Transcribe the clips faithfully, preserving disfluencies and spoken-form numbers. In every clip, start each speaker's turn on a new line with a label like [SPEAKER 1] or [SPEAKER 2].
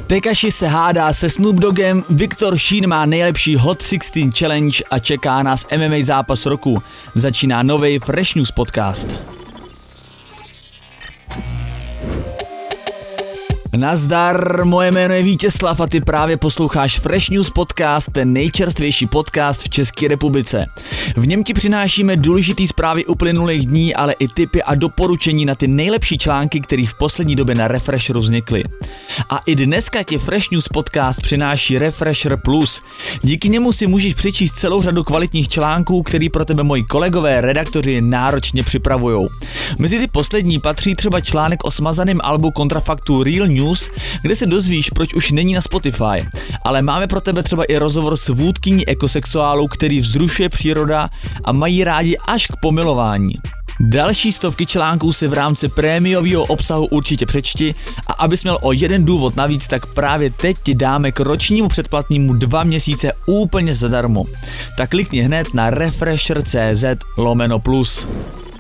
[SPEAKER 1] Tekashi se hádá se Snoop Doggem, Viktor Sheen má nejlepší Hot šestnáct Challenge a čeká nás M M A zápas roku. Začíná nový Fresh News podcast. Nazdar, moje jméno je Vítězslav a ty právě posloucháš Fresh News podcast, ten nejčerstvější podcast v České republice. V něm ti přinášíme důležitý zprávy uplynulých dní, ale i tipy a doporučení na ty nejlepší články, které v poslední době na Refresheru vznikly. A i dneska ti Fresh News podcast přináší Refresher Plus. Díky němu si můžeš přečíst celou řadu kvalitních článků, který pro tebe moji kolegové redaktoři náročně připravujou. Mezi ty poslední patří třeba článek o smazaném albu kontrafaktu Real News, kde se dozvíš, proč už není na Spotify. Ale máme pro tebe třeba i rozhovor s vůdkyní ekosexuálů, který vzrušuje příroda a mají rádi až k pomilování. Další stovky článků si v rámci prémiového obsahu určitě přečti a abys měl o jeden důvod navíc, tak právě teď ti dáme k ročnímu předplatnému dva měsíce úplně zadarmo. Tak klikni hned na refresher.cz lomeno plus.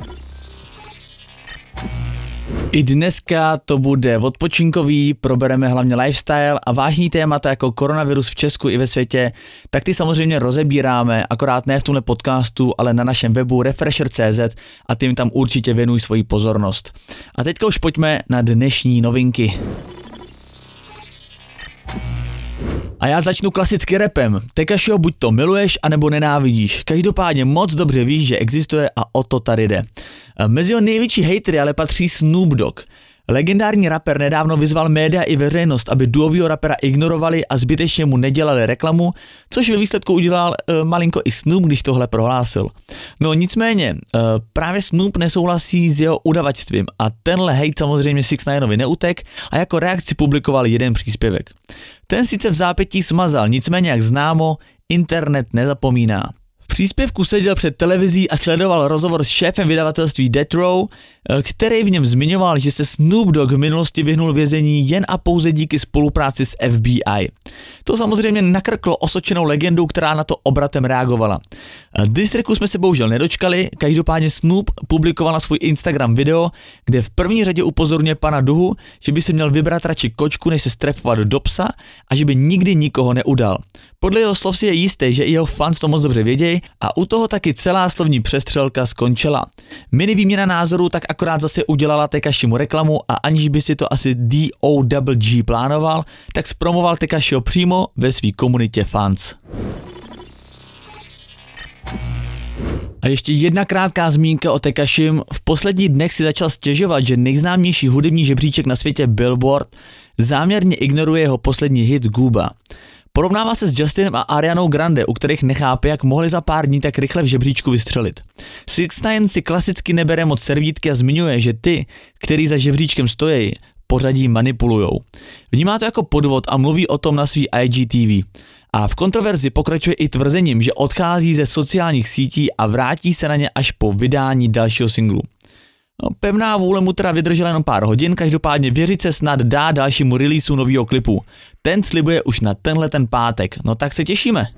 [SPEAKER 1] I dneska to bude odpočinkový, probereme hlavně lifestyle a vážný témata jako koronavirus v Česku i ve světě, tak ty samozřejmě rozebíráme, akorát ne v tomhle podcastu, ale na našem webu refresher tečka cz a tím tam určitě věnuj svoji pozornost. A teďka už pojďme na dnešní novinky. A já začnu klasicky rapem. Tekashiho buď to miluješ, anebo nenávidíš. Každopádně moc dobře víš, že existuje a o to tady jde. Mezi jeho největší hejtry ale patří Snoop Dogg. Legendární rapper nedávno vyzval média i veřejnost, aby duovýho rapera ignorovali a zbytečně mu nedělali reklamu, což ve výsledku udělal e, malinko i Snoop, když tohle prohlásil. No nicméně, e, právě Snoop nesouhlasí s jeho udavačstvím a tenhle hejt samozřejmě šest ix nineovi neutek a jako reakci publikoval jeden příspěvek. Ten sice v zápětí smazal, nicméně jak známo, internet nezapomíná. V příspěvku seděl před televizí a sledoval rozhovor s šéfem vydavatelství Death Row, který v něm zmiňoval, že se Snoop Dogg v minulosti vyhnul vězení jen a pouze díky spolupráci s F B I. To samozřejmě nakrklo osočenou legendu, která na to obratem reagovala. Distracku jsme se bohužel nedočkali, každopádně Snoop publikoval na svůj Instagram video, kde v první řadě upozorňuje pana Duhu, že by si měl vybrat radši kočku, než se strefovat do psa a že by nikdy nikoho neudal. Podle jeho slov si je jistý, že i jeho fans to moc dobře vědějí a u toho taky celá slovní přestřelka skončila. Mini výměna názorů tak akorát zase udělala Tekashimu reklamu a aniž by si to asi D O G G plánoval, tak zpromoval Tekashiho přímo ve své komunitě fans. A ještě jedna krátká zmínka o Tekashim. V posledních dnech si začal stěžovat, že nejznámější hudební žebříček na světě Billboard záměrně ignoruje jeho poslední hit Guba. Porovnává se s Justinem a Arianou Grande, u kterých nechápe, jak mohli za pár dní tak rychle v žebříčku vystřelit. šest ix nine si klasicky nebere moc servítky a zmiňuje, že ty, který za žebříčkem stojí, pořadí manipulujou. Vnímá to jako podvod a mluví o tom na svý I G T V. A v kontroverzi pokračuje i tvrzením, že odchází ze sociálních sítí a vrátí se na ně až po vydání dalšího singlu. No, pevná vůle mu teda vydržela jenom pár hodin, každopádně věřit se snad dá dalšímu releaseu nového klipu. Ten slibuje už na tenhle ten pátek, no tak se těšíme.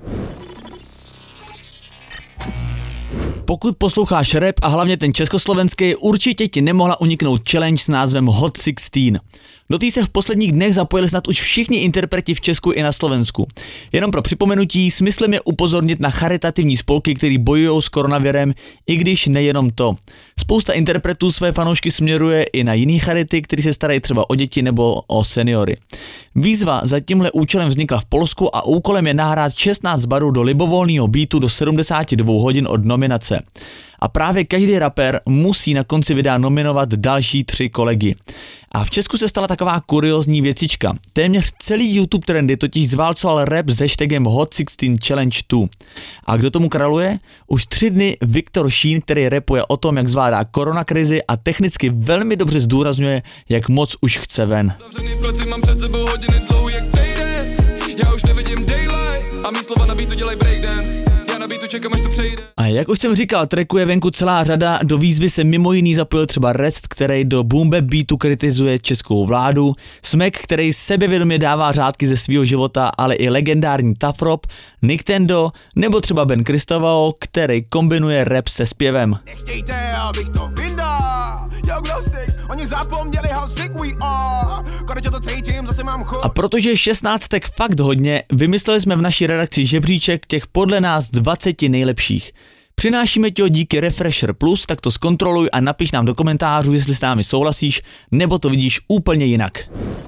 [SPEAKER 1] Pokud posloucháš rap a hlavně ten československý, určitě ti nemohla uniknout challenge s názvem Hot šestnáct. Do té se v posledních dnech zapojili snad už všichni interpreti v Česku i na Slovensku. Jenom pro připomenutí, smyslem je upozornit na charitativní spolky, který bojují s koronavirem, i když nejenom to. Spousta interpretů své fanoušky směruje i na jiný charity, který se starají třeba o děti nebo o seniory. Výzva za tímhle účelem vznikla v Polsku a úkolem je nahrát šestnáct barů do libovolného beatu do sedmdesát dva hodin od nominace. A právě každý rapper musí na konci videa nominovat další tři kolegy. A v Česku se stala taková kuriózní věcička. Téměř celý YouTube trendy totiž zválcoval rap s hashtagem Hot šestnáct Challenge dva. A kdo tomu kraluje? Už tři dny Viktor Sheen, který rapuje o tom, jak zvládá koronakrizi a technicky velmi dobře zdůrazňuje, jak moc už chce ven. Zavřený v kleci, mám před sebou hodiny dlouhý jak payday. Já už nevidím daylight a mý slova na beatu dělaj breakdance. Čekám, až to přejde. A jak už jsem říkal, tracku je venku celá řada, do výzvy se mimo jiný zapojil třeba Rest, který do boom bap beatu kritizuje českou vládu, Smek, který sebevědomě dává řádky ze svého života, ale i legendární Tough Rob, Nintendo, nebo třeba Ben Christovao, který kombinuje rap se zpěvem. Nechtějte, abych to vyndal, já
[SPEAKER 2] Oni zapomněli, how sick we are. Konečně to cítím, zase mám chuť.
[SPEAKER 1] A protože šestnáctek fakt hodně, vymysleli jsme v naší redakci žebříček těch podle nás dvaceti nejlepších. Přinášíme ti ho díky Refresher Plus, tak to zkontroluj a napiš nám do komentářů, jestli s námi souhlasíš, nebo to vidíš úplně jinak.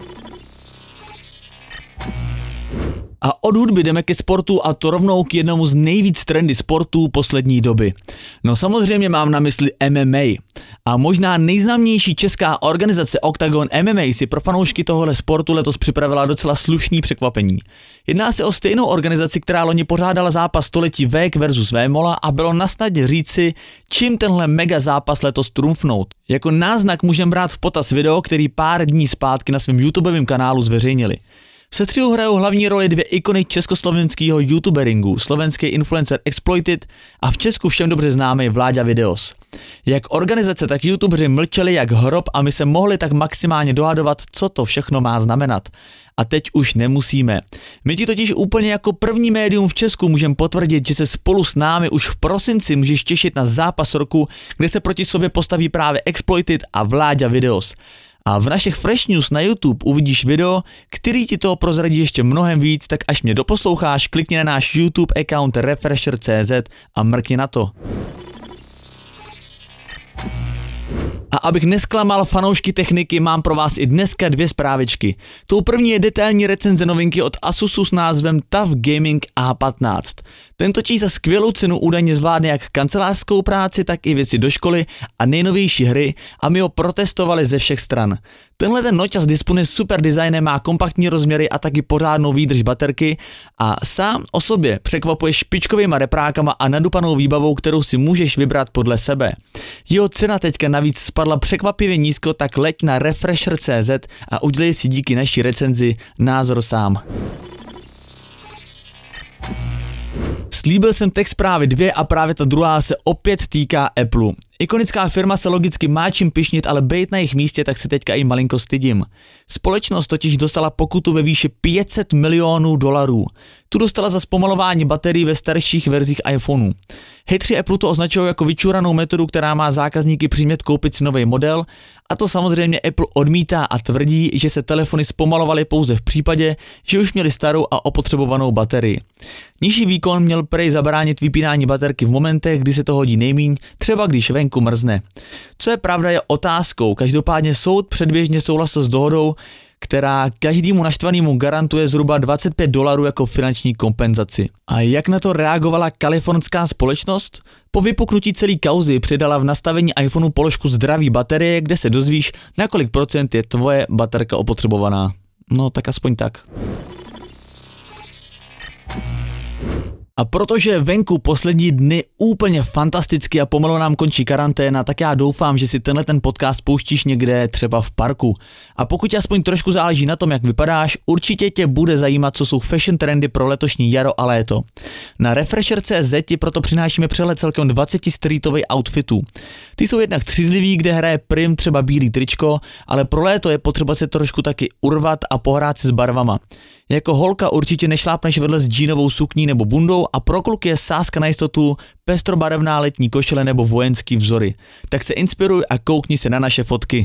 [SPEAKER 1] A od hudby jdeme ke sportu, a to rovnou k jednomu z nejvíc trendy sportů poslední doby. No samozřejmě mám na mysli M M A. A možná nejznámější česká organizace Octagon M M A si pro fanoušky tohohle sportu letos připravila docela slušný překvapení. Jedná se o stejnou organizaci, která loni pořádala zápas století Vek versus Vémola a bylo nasnadě říci, čím tenhle mega zápas letos trumfnout. Jako náznak můžeme brát v potaz video, který pár dní zpátky na svém YouTubeovém kanálu zveřejnili. V sestřihu hrajou hlavní roli dvě ikony československého youtuberingu, slovenský influencer Exploited a v Česku všem dobře známý Vláďa Videos. Jak organizace, tak youtubeři mlčeli jak hrob a my se mohli tak maximálně dohadovat, co to všechno má znamenat. A teď už nemusíme. My ti totiž úplně jako první médium v Česku můžeme potvrdit, že se spolu s námi už v prosinci můžeš těšit na zápas roku, kde se proti sobě postaví právě Exploited a Vláďa Videos. A v našich Fresh News na YouTube uvidíš video, který ti toho prozradí ještě mnohem víc, tak až mě doposloucháš, klikni na náš YouTube account refresher tečka cé zet a mrkni na to. A abych nesklamal fanoušky techniky, mám pro vás i dneska dvě zprávičky. Tou první je detailní recenze novinky od Asusu s názvem Tough Gaming A patnáct. Ten totiž za skvělou cenu údajně zvládne jak kancelářskou práci, tak i věci do školy a nejnovější hry a my ho protestovali ze všech stran. Tenhle ten noťaz disponuje super designem, má kompaktní rozměry a taky pořádnou výdrž baterky a sám o sobě překvapuje špičkovýma reprákama a nadupanou výbavou, kterou si můžeš vybrat podle sebe. Jeho cena teďka navíc spadla překvapivě nízko, tak leď na refresher tečka cé zet a udělej si díky naší recenzi názor sám. Slíbil jsem tech zprávy dvě a právě ta druhá se opět týká Apple. Ikonická firma se logicky má čím pyšnit, ale bejt na jejich místě, tak se teďka i malinko stydím. Společnost totiž dostala pokutu ve výši pět set milionů dolarů. Tu dostala za zpomalování baterií ve starších verzích iPhoneu. Hejtři Apple to označují jako vyčuranou metodu, která má zákazníky přimět koupit si nový model, a to samozřejmě Apple odmítá a tvrdí, že se telefony zpomalovaly pouze v případě, že už měli starou a opotřebovanou baterii. Nižší výkon měl prej zabránit vypínání baterky v momentech, kdy se to hodí nejmíň, třeba když venku mrzne. Co je pravda, je otázkou, každopádně soud předběžně souhlasil s dohodou, která každému naštvanému garantuje zhruba dvacet pět dolarů jako finanční kompenzaci. A jak na to reagovala kalifornská společnost? Po vypuknutí celé kauzy přidala v nastavení iPhoneu položku zdraví baterie, kde se dozvíš, na kolik procent je tvoje baterka opotřebovaná. No tak aspoň tak. A protože venku poslední dny úplně fantasticky a pomalu nám končí karanténa, tak já doufám, že si tenhle ten podcast pouštíš někde třeba v parku. A pokud ti aspoň trošku záleží na tom, jak vypadáš, určitě tě bude zajímat, co jsou fashion trendy pro letošní jaro a léto. Na refresher tečka cé zet ti proto přinášíme přehled celkem dvacet streetových outfitů. Ty jsou jednak střízlivý, kde hraje prim třeba bílý tričko, ale pro léto je potřeba se trošku taky urvat a pohrát se s barvama. Jako holka určitě nešlápneš vedle s džínovou sukní nebo bundou a pro kluky je sázka na jistotu pestrobarevná letní košile nebo vojenský vzory. Tak se inspiruj a koukni se na naše fotky.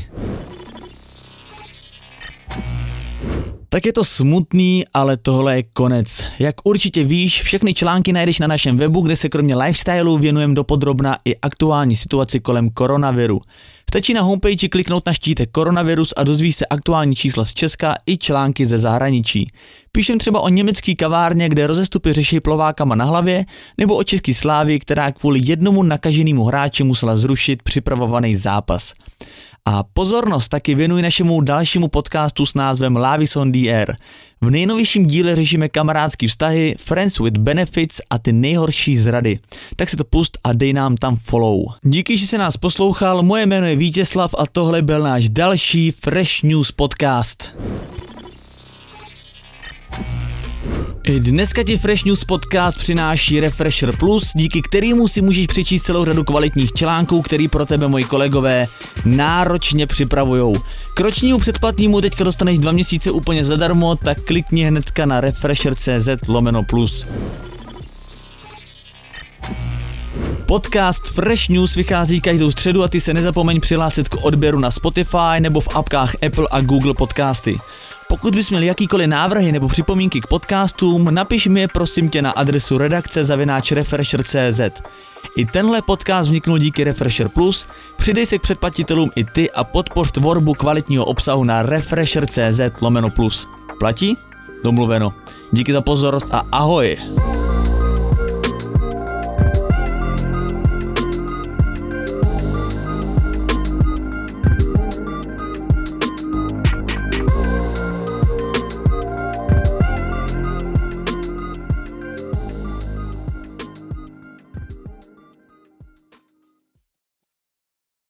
[SPEAKER 1] Tak je to smutný, ale tohle je konec. Jak určitě víš, všechny články najdeš na našem webu, kde se kromě lifestylu věnujeme dopodrobna i aktuální situaci kolem koronaviru. Stačí na homepage kliknout na štítek koronavirus a dozvíš se aktuální čísla z Česka i články ze zahraničí. Píšem třeba o německý kavárně, kde rozestupy řeší plovákama na hlavě, nebo o český Slávii, která kvůli jednomu nakaženému hráči musela zrušit připravovaný zápas. A pozornost taky věnuj našemu dalšímu podcastu s názvem Lávis on the Air. V nejnovějším díle řešíme kamarádský vztahy, friends with benefits a ty nejhorší zrady. Tak si to pust a dej nám tam follow. Díky, že jsi nás poslouchal, moje jméno je Vítězslav a tohle byl náš další Fresh News podcast. I dneska ti Fresh News podcast přináší Refresher Plus, díky kterému si můžeš přečíst celou řadu kvalitních článků, který pro tebe moji kolegové náročně připravujou. K ročnímu předplatnému teďka dostaneš dva měsíce úplně zadarmo, tak klikni hnedka na refresher tečka cé zet lomeno plus. Podcast Fresh News vychází každou středu a ty se nezapomeň přihlásit k odběru na Spotify nebo v apkách Apple a Google Podcasty. Pokud bys měl jakýkoliv návrhy nebo připomínky k podcastům, napiš mi je prosím tě na adresu redakce zavináč refresher tečka cé zet. I tenhle podcast vzniknul díky Refresher Plus, přidej se k předplatitelům i ty a podpoř tvorbu kvalitního obsahu na refresher tečka cé zet lomeno plus. Platí? Domluveno. Díky za pozornost a ahoj!